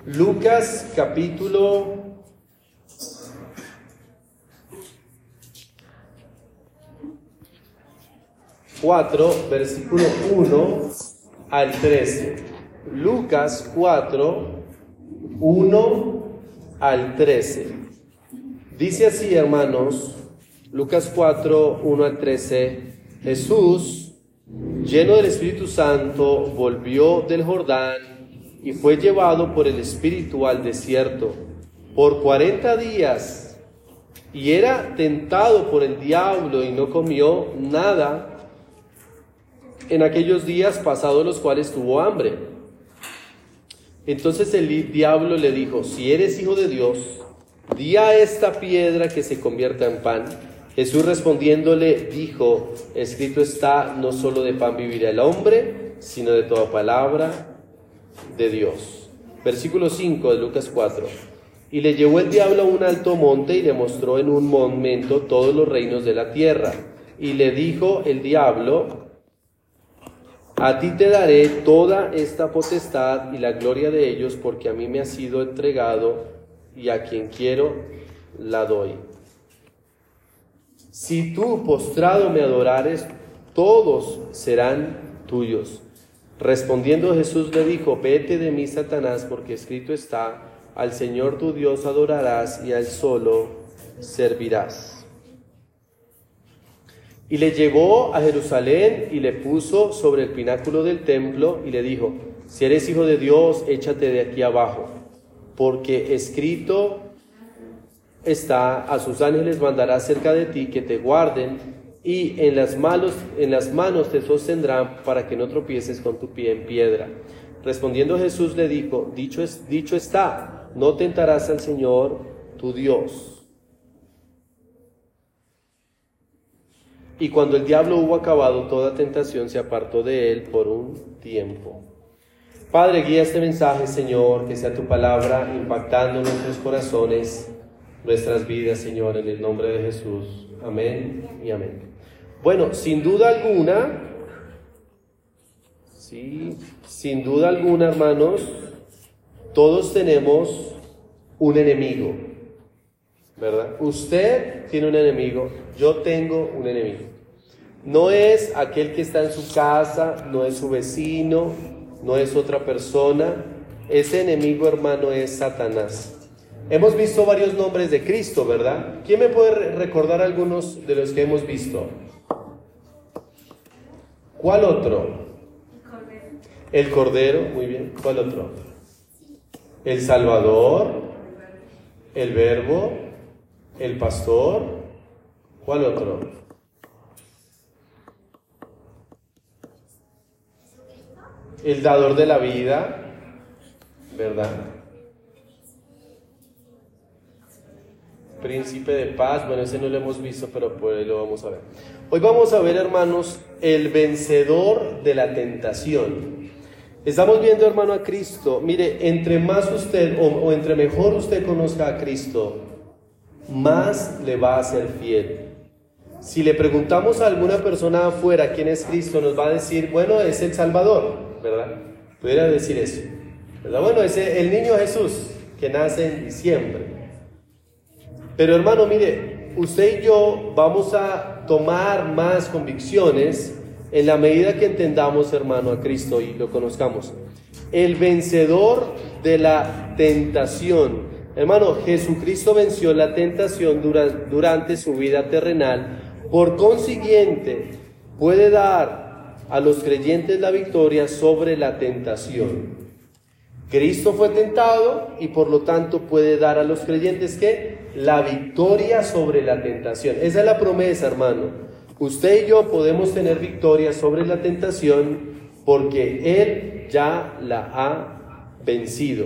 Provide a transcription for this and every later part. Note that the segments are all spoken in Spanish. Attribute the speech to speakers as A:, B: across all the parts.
A: Lucas capítulo 4, versículo 1 al 13. Lucas 4, 1 al 13. Dice así, hermanos, Lucas 4, 1 al 13. Jesús, lleno del Espíritu Santo, volvió del Jordán y fue llevado por el Espíritu al desierto por 40 días, y era tentado por el diablo y no comió nada en aquellos días pasados los cuales tuvo hambre. Entonces el diablo le dijo: si eres hijo de Dios, di a esta piedra que se convierta en pan. Jesús respondiéndole dijo: escrito está, no solo de pan vivirá el hombre, sino de toda palabra de Dios. Versículo 5 de Lucas 4. Y le llevó el diablo a un alto monte y le mostró en un momento todos los reinos de la tierra. Y le dijo el diablo: a ti te daré toda esta potestad y la gloria de ellos, porque a mí me ha sido entregado y a quien quiero la doy. Si tú postrado me adorares, todos serán tuyos. Respondiendo Jesús le dijo: vete de mí, Satanás, porque escrito está, al Señor tu Dios adorarás y a Él solo servirás. Y le llevó a Jerusalén y le puso sobre el pináculo del templo y le dijo: si eres hijo de Dios, échate de aquí abajo, porque escrito está, a sus ángeles mandará cerca de ti que te guarden, y en las manos te sostendrán para que no tropieces con tu pie en piedra. Respondiendo Jesús le dijo: dicho está, no tentarás al Señor tu Dios. Y cuando el diablo hubo acabado toda tentación, se apartó de él por un tiempo. Padre, guía este mensaje, Señor, que sea tu palabra impactando nuestros corazones, nuestras vidas, Señor, en el nombre de Jesús. Amén y amén. Bueno, sin duda alguna, hermanos, todos tenemos un enemigo, ¿verdad? Usted tiene un enemigo, yo tengo un enemigo. No es aquel que está en su casa, no es su vecino, no es otra persona. Ese enemigo, hermano, es Satanás. Hemos visto varios nombres de Cristo, ¿verdad? ¿Quién me puede recordar algunos de los que hemos visto? ¿Cuál otro? El Cordero, muy bien. ¿Cuál otro? El Salvador, el Verbo, el Pastor. ¿Cuál otro? El Dador de la vida, ¿verdad? Príncipe de paz, bueno, ese no lo hemos visto, pero por ahí lo vamos a ver. Hoy vamos a ver, hermanos, el vencedor de la tentación. Estamos viendo, hermano, a Cristo. Mire, entre más usted, o entre mejor usted conozca a Cristo, más le va a ser fiel. Si le preguntamos a alguna persona afuera quién es Cristo, nos va a decir: bueno, es el Salvador, ¿verdad? Pudiera decir eso, ¿verdad? Bueno, es el niño Jesús que nace en diciembre. Pero, hermano, mire, usted y yo vamos a tomar más convicciones en la medida que entendamos, hermano, a Cristo y lo conozcamos. El vencedor de la tentación. Hermano, Jesucristo venció la tentación durante su vida terrenal. Por consiguiente, puede dar a los creyentes la victoria sobre la tentación. Cristo fue tentado y por lo tanto puede dar a los creyentes ¿qué? La victoria sobre la tentación. Esa es la promesa, hermano. Usted y yo podemos tener victoria sobre la tentación porque Él ya la ha vencido.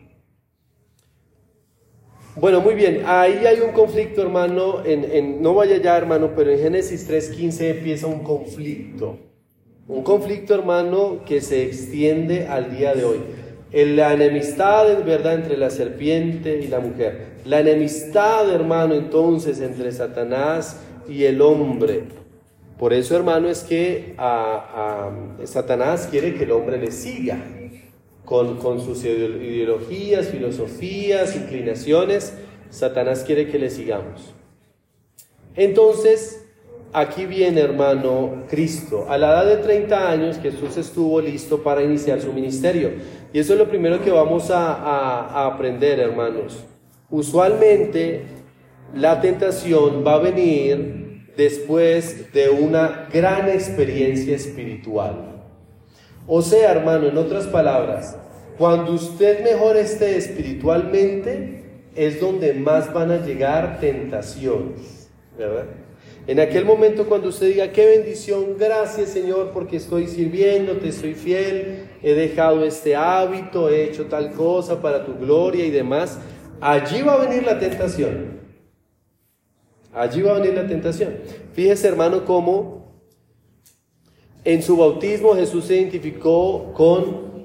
A: Bueno, muy bien, ahí hay un conflicto, hermano, no vaya ya, hermano, pero en Génesis 3:15 empieza un conflicto. Un conflicto, hermano, que se extiende al día de hoy. La enemistad, ¿verdad?, entre la serpiente y la mujer. La enemistad, hermano, entonces, entre Satanás y el hombre. Por eso, hermano, es que Satanás quiere que el hombre le siga. con sus ideologías, filosofías, inclinaciones. Satanás quiere que le sigamos. Entonces, aquí viene, hermano, Cristo. A la edad de 30 años, Jesús estuvo listo para iniciar su ministerio. Y eso es lo primero que vamos a aprender, hermanos. Usualmente, la tentación va a venir después de una gran experiencia espiritual. O sea, hermano, en otras palabras, cuando usted mejor esté espiritualmente, es donde más van a llegar tentaciones, ¿verdad? En aquel momento cuando usted diga, qué bendición, gracias Señor porque estoy sirviéndote, soy fiel, he dejado este hábito, he hecho tal cosa para tu gloria y demás, allí va a venir la tentación. Allí va a venir la tentación. Fíjese, hermano, cómo en su bautismo Jesús se identificó con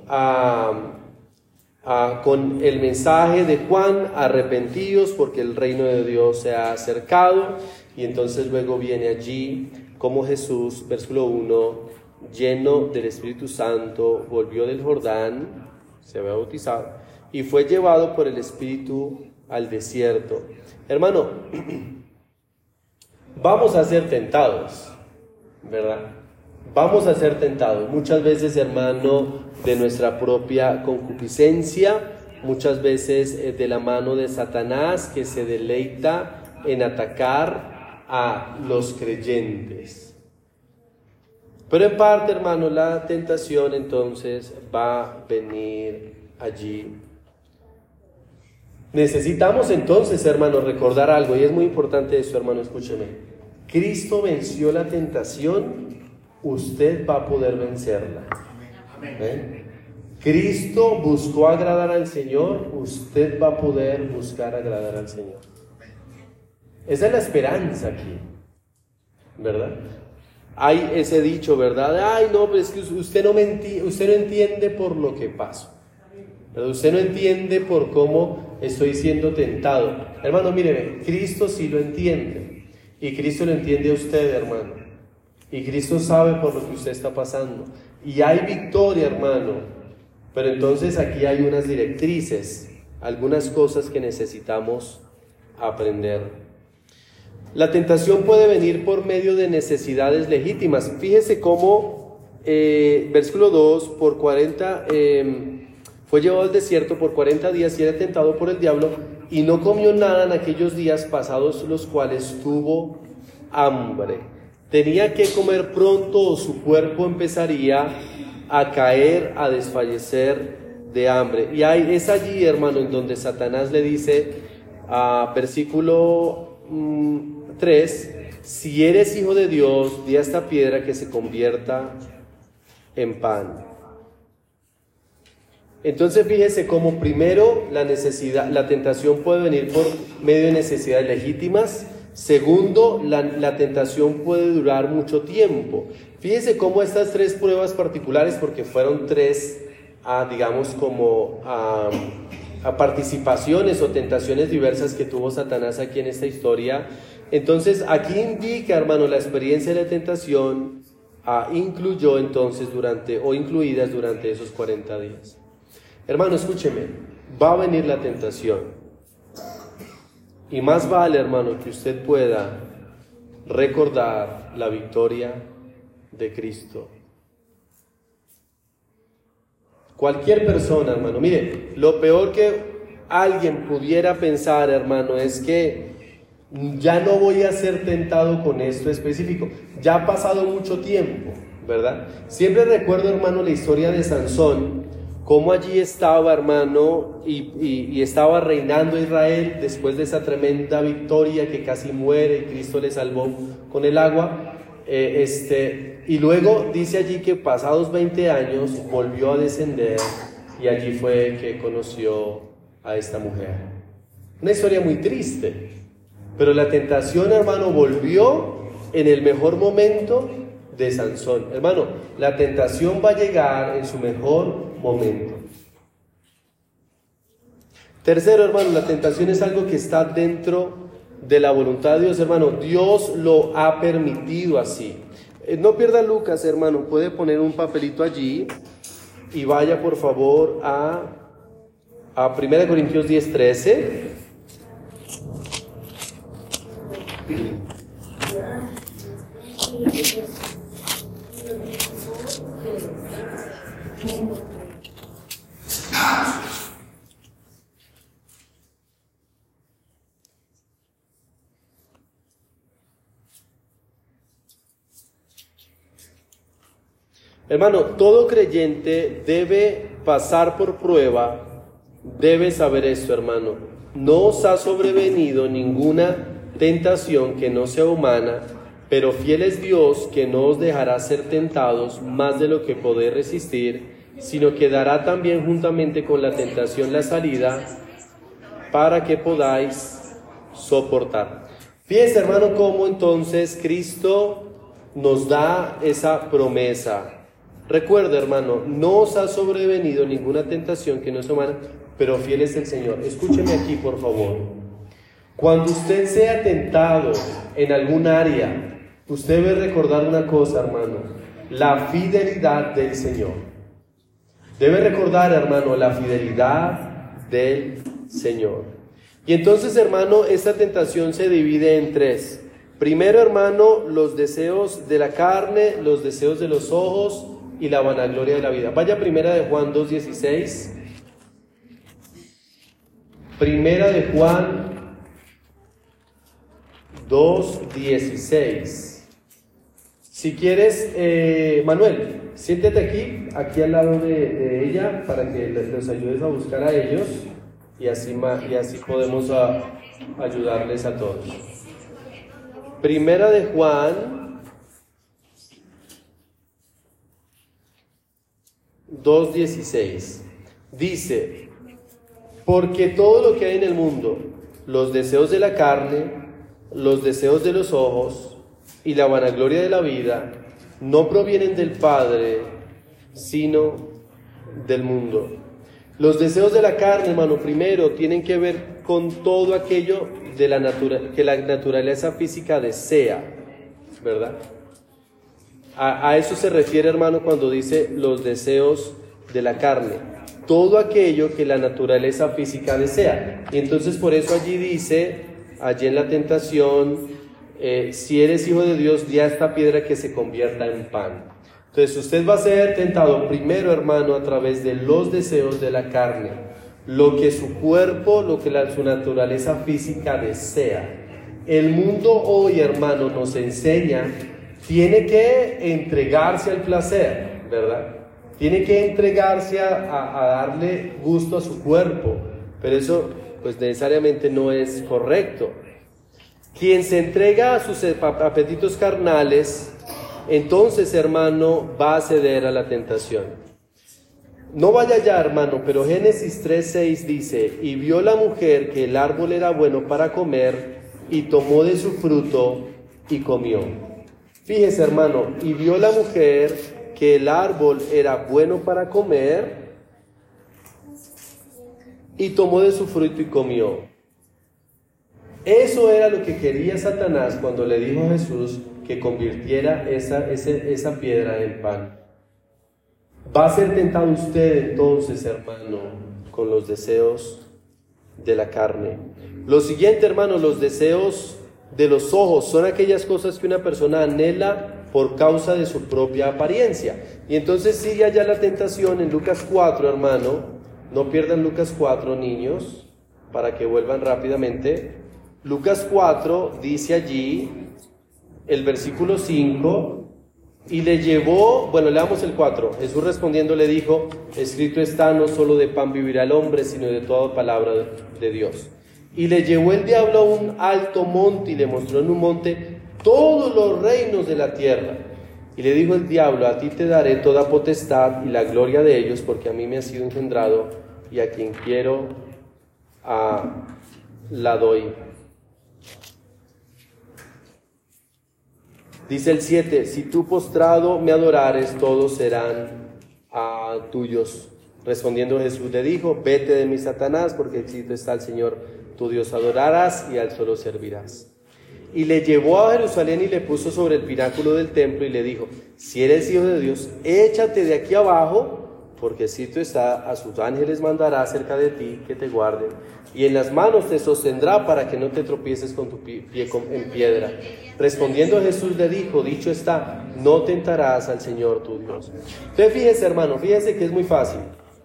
A: el mensaje de Juan: arrepentíos porque el reino de Dios se ha acercado. Y entonces luego viene allí como Jesús, versículo 1, lleno del Espíritu Santo, volvió del Jordán, se había bautizado, y fue llevado por el Espíritu al desierto. Hermano, vamos a ser tentados, ¿verdad? Vamos a ser tentados. Muchas veces, hermano, de nuestra propia concupiscencia, muchas veces de la mano de Satanás, que se deleita en atacar a los creyentes. Pero en parte, hermano, la tentación entonces va a venir allí. Necesitamos entonces, hermano, recordar algo, y es muy importante esto, hermano, escúcheme. Cristo venció la tentación, usted va a poder vencerla. Cristo buscó agradar al Señor, usted va a poder buscar agradar al Señor. Esa es la esperanza aquí, ¿verdad? Hay ese dicho, ¿verdad? Ay, no, pero es que usted no entiende por lo que paso, pero usted no entiende por cómo estoy siendo tentado. Hermano, míreme, Cristo sí lo entiende, y Cristo lo entiende a usted, hermano, y Cristo sabe por lo que usted está pasando, y hay victoria, hermano. Pero entonces aquí hay unas directrices, algunas cosas que necesitamos aprender. La tentación puede venir por medio de necesidades legítimas. Fíjese cómo, versículo 2, fue llevado al desierto por 40 días y era tentado por el diablo, y no comió nada en aquellos días pasados, los cuales tuvo hambre. Tenía que comer pronto o su cuerpo empezaría a caer, a desfallecer de hambre. Y es allí, hermano, en donde Satanás le dice, versículo 3, si eres hijo de Dios, di a esta piedra que se convierta en pan. Entonces fíjese cómo primero la tentación puede venir por medio de necesidades legítimas. Segundo, la tentación puede durar mucho tiempo. Fíjese cómo estas tres pruebas particulares, porque fueron tres, digamos, como participaciones o tentaciones diversas que tuvo Satanás aquí en esta historia. Entonces, aquí indica, hermano, la experiencia de la tentación incluyó entonces incluidas durante esos 40 días. Hermano, escúcheme, va a venir la tentación. Y más vale, hermano, que usted pueda recordar la victoria de Cristo. Cualquier persona, hermano, mire, lo peor que alguien pudiera pensar, hermano, es que ya no voy a ser tentado con esto específico. Ya ha pasado mucho tiempo, ¿verdad? Siempre recuerdo, hermano, la historia de Sansón, cómo allí estaba, hermano, y estaba reinando Israel después de esa tremenda victoria que casi muere y Cristo le salvó con el agua. Y luego dice allí que pasados 20 años volvió a descender y allí fue que conoció a esta mujer. Una historia muy triste, pero la tentación, hermano, volvió en el mejor momento de Sansón. Hermano, la tentación va a llegar en su mejor momento. Tercero, hermano, la tentación es algo que está dentro de la voluntad de Dios, hermano. Dios lo ha permitido así. No pierda Lucas, hermano, puede poner un papelito allí. y vaya por favor a 1 Corintios 10:13. Hermano, todo creyente debe pasar por prueba, debe saber esto, hermano. No os ha sobrevenido ninguna tentación que no sea humana, pero fiel es Dios, que no os dejará ser tentados más de lo que podéis resistir, sino que dará también juntamente con la tentación la salida para que podáis soportar. Fíjense, hermano, cómo entonces Cristo nos da esa promesa. Recuerda, hermano, no os ha sobrevenido ninguna tentación que no es humana, pero fiel es el Señor. Escúcheme aquí, por favor. Cuando usted sea tentado en algún área, usted debe recordar una cosa, hermano: la fidelidad del Señor. Debe recordar, hermano, la fidelidad del Señor. Y entonces, hermano, esta tentación se divide en tres. Primero, hermano, los deseos de la carne, los deseos de los ojos y la vanagloria de la vida. Vaya Primera de Juan 2:16. Primera de Juan 2:16. Si quieres, Manuel, siéntate aquí al lado de ella, para que les ayudes a buscar a ellos, y así podemos ayudarles a todos. Primera de Juan 2:16 dice: porque todo lo que hay en el mundo, los deseos de la carne, los deseos de los ojos y la vanagloria de la vida, no provienen del Padre, sino del mundo. Los deseos de la carne, hermano, primero tienen que ver con todo aquello de que la naturaleza física desea, ¿verdad? A eso se refiere, hermano, cuando dice los deseos de la carne. Todo aquello que la naturaleza física desea. Y entonces por eso allí dice, allí en la tentación, si eres hijo de Dios, di a esta piedra que se convierta en pan. Entonces usted va a ser tentado primero, hermano, a través de los deseos de la carne, lo que su cuerpo, su naturaleza física desea. El mundo hoy, hermano, nos enseña, tiene que entregarse al placer, ¿verdad? Tiene que entregarse a darle gusto a su cuerpo, pero eso pues necesariamente no es correcto. Quien se entrega a sus apetitos carnales, entonces, hermano, va a ceder a la tentación. No vaya ya, hermano, pero Génesis 3:6 dice: y vio la mujer que el árbol era bueno para comer, y tomó de su fruto y comió. Fíjese, hermano, y vio la mujer que el árbol era bueno para comer, y tomó de su fruto y comió. Eso era lo que quería Satanás cuando le dijo a Jesús que convirtiera esa piedra en pan. Va a ser tentado usted entonces, hermano, con los deseos de la carne. Lo siguiente, hermano, los deseos de los ojos son aquellas cosas que una persona anhela por causa de su propia apariencia. Y entonces sigue allá la tentación en Lucas 4, hermano. No pierdan Lucas 4, niños, para que vuelvan rápidamente. Lucas 4 dice allí, el versículo 5, y le llevó, bueno, leamos el 4. Jesús respondiendo le dijo: escrito está, no solo de pan vivirá el hombre, sino de toda palabra de Dios. Y le llevó el diablo a un alto monte y le mostró en un monte todos los reinos de la tierra. Y le dijo el diablo: a ti te daré toda potestad y la gloria de ellos, porque a mí me ha sido engendrado, y a quien quiero la doy. Dice el 7: si tú postrado me adorares, todos serán tuyos. Respondiendo Jesús le dijo: vete de mí, Satanás, porque escrito está: al Señor tu Dios adorarás y al solo servirás. Y le llevó a Jerusalén y le puso sobre el pináculo del templo y le dijo: si eres hijo de Dios, échate de aquí abajo, porque escrito está, a sus ángeles mandará acerca de ti que te guarden, y en las manos te sostendrá para que no te tropieces con tu pie en piedra. Respondiendo Jesús le dijo, dicho está, no tentarás al Señor tu Dios. Entonces fíjese, hermano, fíjese que es muy fácil.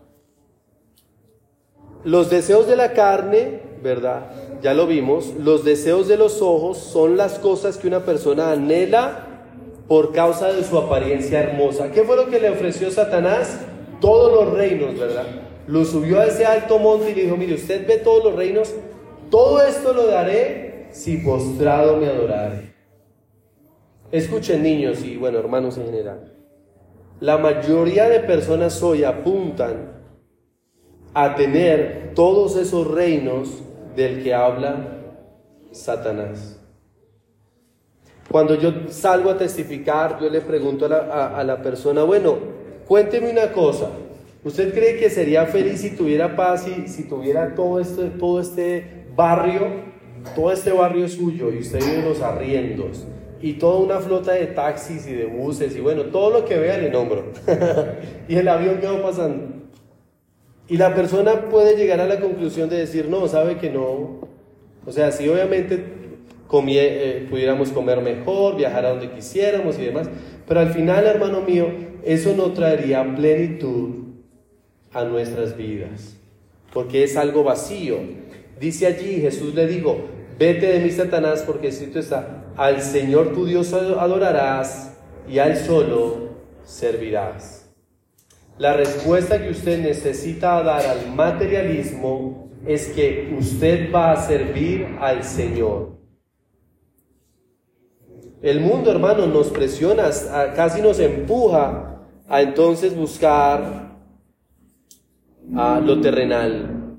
A: Los deseos de la carne, ¿verdad? Ya lo vimos. Los deseos de los ojos son las cosas que una persona anhela por causa de su apariencia hermosa. ¿Qué fue lo que le ofreció Satanás? Todos los reinos, ¿verdad? Lo subió a ese alto monte y le dijo, mire, usted ve todos los reinos, todo esto lo daré si postrado me adorare. Escuchen, niños y bueno, hermanos en general. La mayoría de personas hoy apuntan a tener todos esos reinos del que habla Satanás. Cuando yo salgo a testificar, yo le pregunto a la persona, bueno, cuénteme una cosa, ¿usted cree que sería feliz si tuviera paz y si tuviera todo este barrio suyo y usted vive en los arriendos y toda una flota de taxis y de buses y bueno, todo lo que vea le nombro y el avión que va pasando? Y la persona puede llegar a la conclusión de decir, no, sabe que no. O sea, si obviamente pudiéramos comer mejor, viajar a donde quisiéramos y demás, pero al final, hermano mío, eso no traería plenitud a nuestras vidas, porque es algo vacío. Dice allí, Jesús le dijo, vete de mí, Satanás, porque escrito está, al Señor tu Dios adorarás y a Él solo servirás. La respuesta que usted necesita dar al materialismo es que usted va a servir al Señor. El mundo, hermano, nos presiona, casi nos empuja a entonces buscar lo terrenal,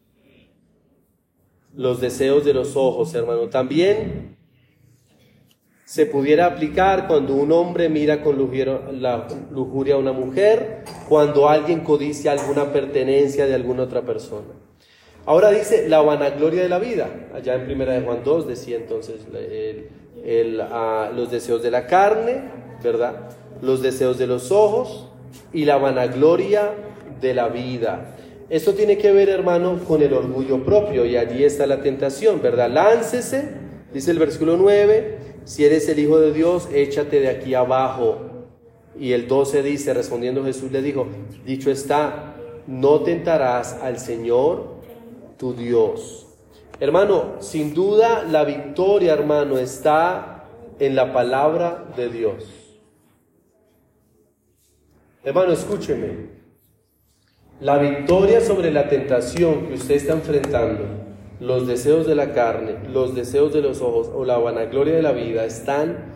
A: los deseos de los ojos, hermano. También se pudiera aplicar cuando un hombre mira con lujuria a una mujer, cuando alguien codicia alguna pertenencia de alguna otra persona. Ahora dice la vanagloria de la vida. Allá en 1 de Juan 2 decía entonces los deseos de la carne, ¿verdad? Los deseos de los ojos y la vanagloria de la vida. Esto tiene que ver, hermano, con el orgullo propio, y allí está la tentación, ¿verdad? Láncese, dice el versículo 9, si eres el Hijo de Dios, échate de aquí abajo. Y el 12 dice, respondiendo Jesús le dijo, dicho está, no tentarás al Señor tu Dios. Hermano, sin duda la victoria, hermano, está en la palabra de Dios. Hermano, escúcheme. La victoria sobre la tentación que usted está enfrentando, los deseos de la carne, los deseos de los ojos o la vanagloria de la vida están,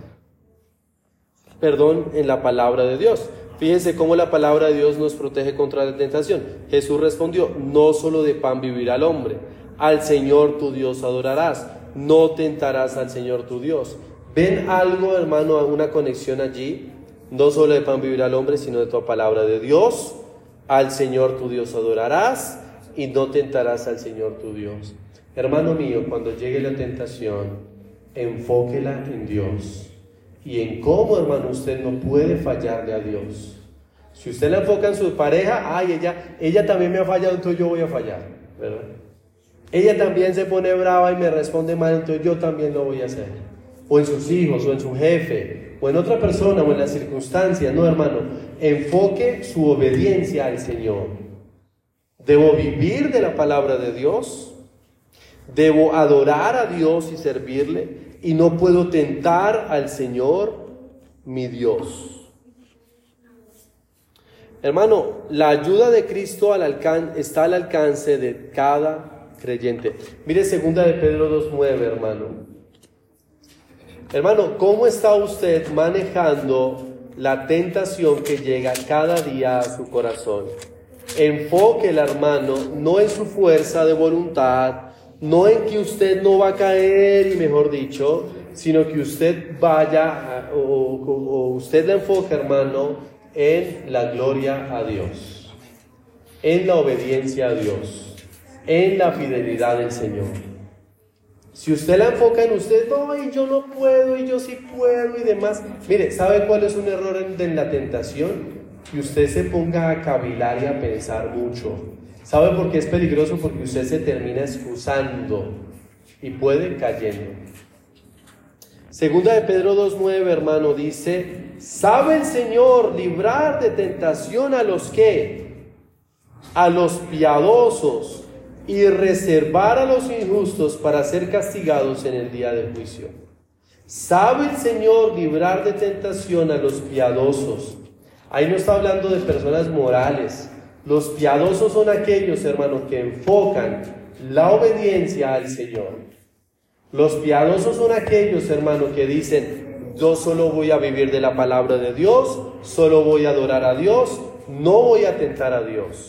A: en la palabra de Dios. Fíjense cómo la palabra de Dios nos protege contra la tentación. Jesús respondió, no solo de pan vivirá el hombre, al Señor tu Dios adorarás, no tentarás al Señor tu Dios. ¿Ven algo, hermano, una conexión allí? No solo de pan vivirá el hombre, sino de tu palabra de Dios. Al Señor tu Dios adorarás y no tentarás al Señor tu Dios. Hermano mío, cuando llegue la tentación, enfóquela en Dios y en cómo, hermano, usted no puede fallarle a Dios. Si usted la enfoca en su pareja, ella también me ha fallado, entonces yo voy a fallar, ¿verdad? Ella también se pone brava y me responde mal, entonces yo también lo voy a hacer. O en sus hijos, o en su jefe, o en otra persona, o en las circunstancias. No, hermano, enfoque su obediencia al Señor. Debo vivir de la palabra de Dios, debo adorar a Dios y servirle, y no puedo tentar al Señor, mi Dios. Hermano, la ayuda de Cristo está al alcance de cada creyente. Mire 2 de Pedro 2:9, hermano. Hermano, ¿cómo está usted manejando la tentación que llega cada día a su corazón? Enfóquela, hermano, no en su fuerza de voluntad, no en que usted no va a caer, y mejor dicho, sino que usted vaya, o usted la enfoque, hermano, en la gloria a Dios, en la obediencia a Dios, en la fidelidad del Señor. Si usted la enfoca en usted, no, y yo no puedo, y yo sí puedo, y demás. Mire, ¿sabe cuál es un error en la tentación? que usted se ponga a cavilar y a pensar mucho. ¿Sabe por qué es peligroso? Porque usted se termina excusando y puede cayendo. Segunda de Pedro 2:9, hermano, dice: ¿sabe el Señor librar de tentación a los que? A los piadosos, y reservar a los injustos para ser castigados en el día del juicio. ¿Sabe el Señor librar de tentación a los piadosos? Ahí no está hablando de personas morales. Los piadosos son aquellos, hermanos, que enfocan la obediencia al Señor. Los piadosos son aquellos, hermanos, que dicen: yo solo voy a vivir de la palabra de Dios, solo voy a adorar a Dios, no voy a tentar a Dios.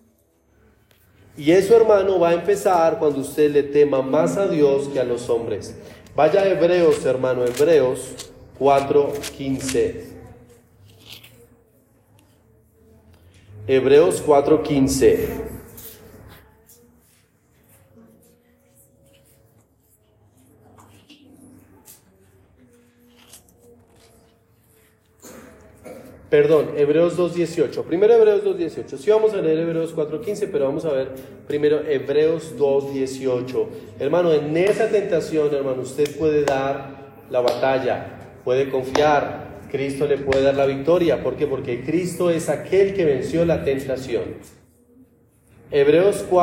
A: Y eso, hermano, va a empezar cuando usted le tema más a Dios que a los hombres. Vaya a Hebreos, hermano, Hebreos 4:15. Hebreos 4:15. Perdón, Hebreos 2:18. Primero Hebreos 2:18. Sí vamos a leer Hebreos 4:15, pero vamos a ver primero Hebreos 2:18. Hermano, en esa tentación, hermano, usted puede dar la batalla, puede confiar. Cristo le puede dar la victoria. ¿Por qué? Porque Cristo es aquel que venció la tentación. Hebreos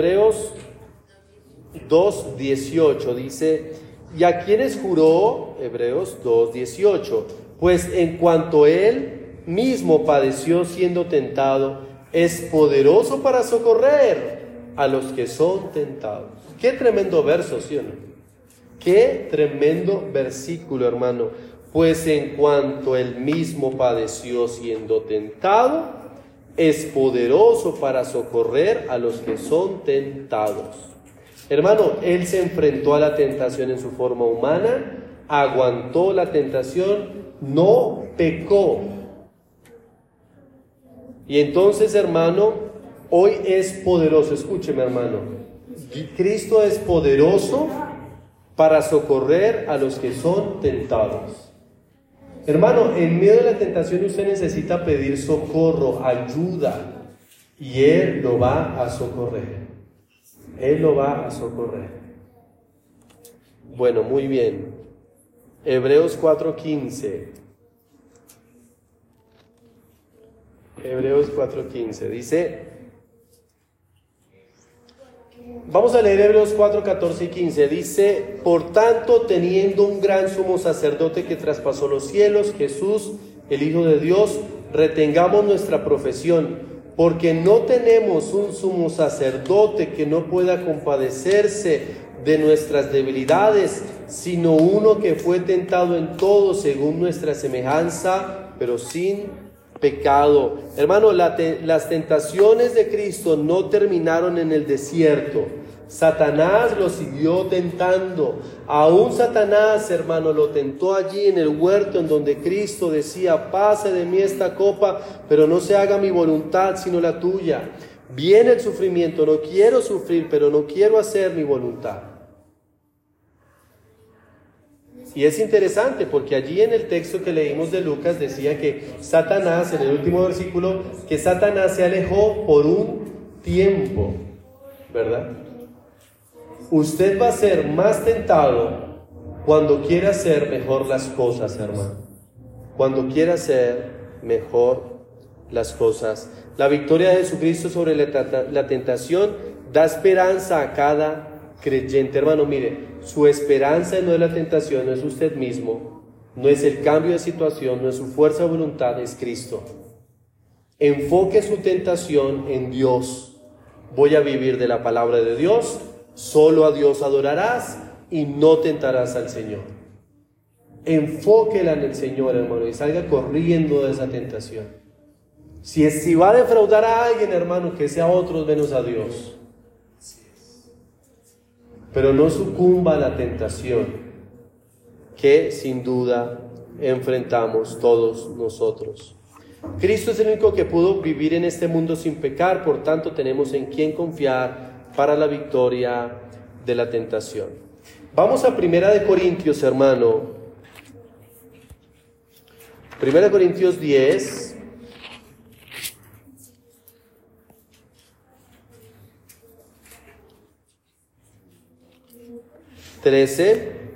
A: 2:18 dice: ¿y a quiénes juró? Hebreos 2:18. Pues en cuanto Él mismo padeció siendo tentado, es poderoso para socorrer a los que son tentados. Qué tremendo verso, ¿sí o no? Qué tremendo versículo, hermano. Pues en cuanto Él mismo padeció siendo tentado, es poderoso para socorrer a los que son tentados. Hermano, Él se enfrentó a la tentación en su forma humana, aguantó la tentación, no pecó. Y entonces, hermano, hoy es poderoso. Escúcheme, hermano. Cristo es poderoso para socorrer a los que son tentados. Hermano, en medio de la tentación usted necesita pedir socorro, ayuda, y Él lo va a socorrer. Él lo va a socorrer. Bueno, muy bien. Hebreos 4:15. Hebreos 4:15 dice, vamos a leer Hebreos 4:14 y 15, dice: por tanto, teniendo un gran sumo sacerdote que traspasó los cielos, Jesús, el Hijo de Dios, retengamos nuestra profesión, porque no tenemos un sumo sacerdote que no pueda compadecerse de nuestras debilidades, sino uno que fue tentado en todo según nuestra semejanza, pero sin pecado. Hermano, las tentaciones de Cristo no terminaron en el desierto. Satanás lo siguió tentando. Aún Satanás, hermano, lo tentó allí en el huerto, en donde Cristo decía: pase de mí esta copa, pero no se haga mi voluntad sino la tuya. Viene el sufrimiento, no quiero sufrir, pero no quiero hacer mi voluntad. Y es interesante porque allí en el texto que leímos de Lucas decía que Satanás, en el último versículo, que Satanás se alejó por un tiempo, ¿verdad? Usted va a ser más tentado cuando quiera hacer mejor las cosas, hermano. Cuando quiera hacer mejor las cosas. La victoria de Jesucristo sobre la tentación da esperanza a cada creyente. Hermano, mire, su esperanza no es la tentación, no es usted mismo, no es el cambio de situación, no es su fuerza de voluntad, es Cristo. Enfoque su tentación en Dios. Voy a vivir de la palabra de Dios, solo a Dios adorarás y no tentarás al Señor. Enfóquela en el Señor, hermano, y salga corriendo de esa tentación. Si va a defraudar a alguien, hermano, que sea a otros menos a Dios. Pero no sucumba a la tentación que sin duda enfrentamos todos nosotros. Cristo es el único que pudo vivir en este mundo sin pecar, por tanto tenemos en quién confiar para la victoria de la tentación. Vamos a 1 Corintios, hermano. 1 Corintios 10. 13.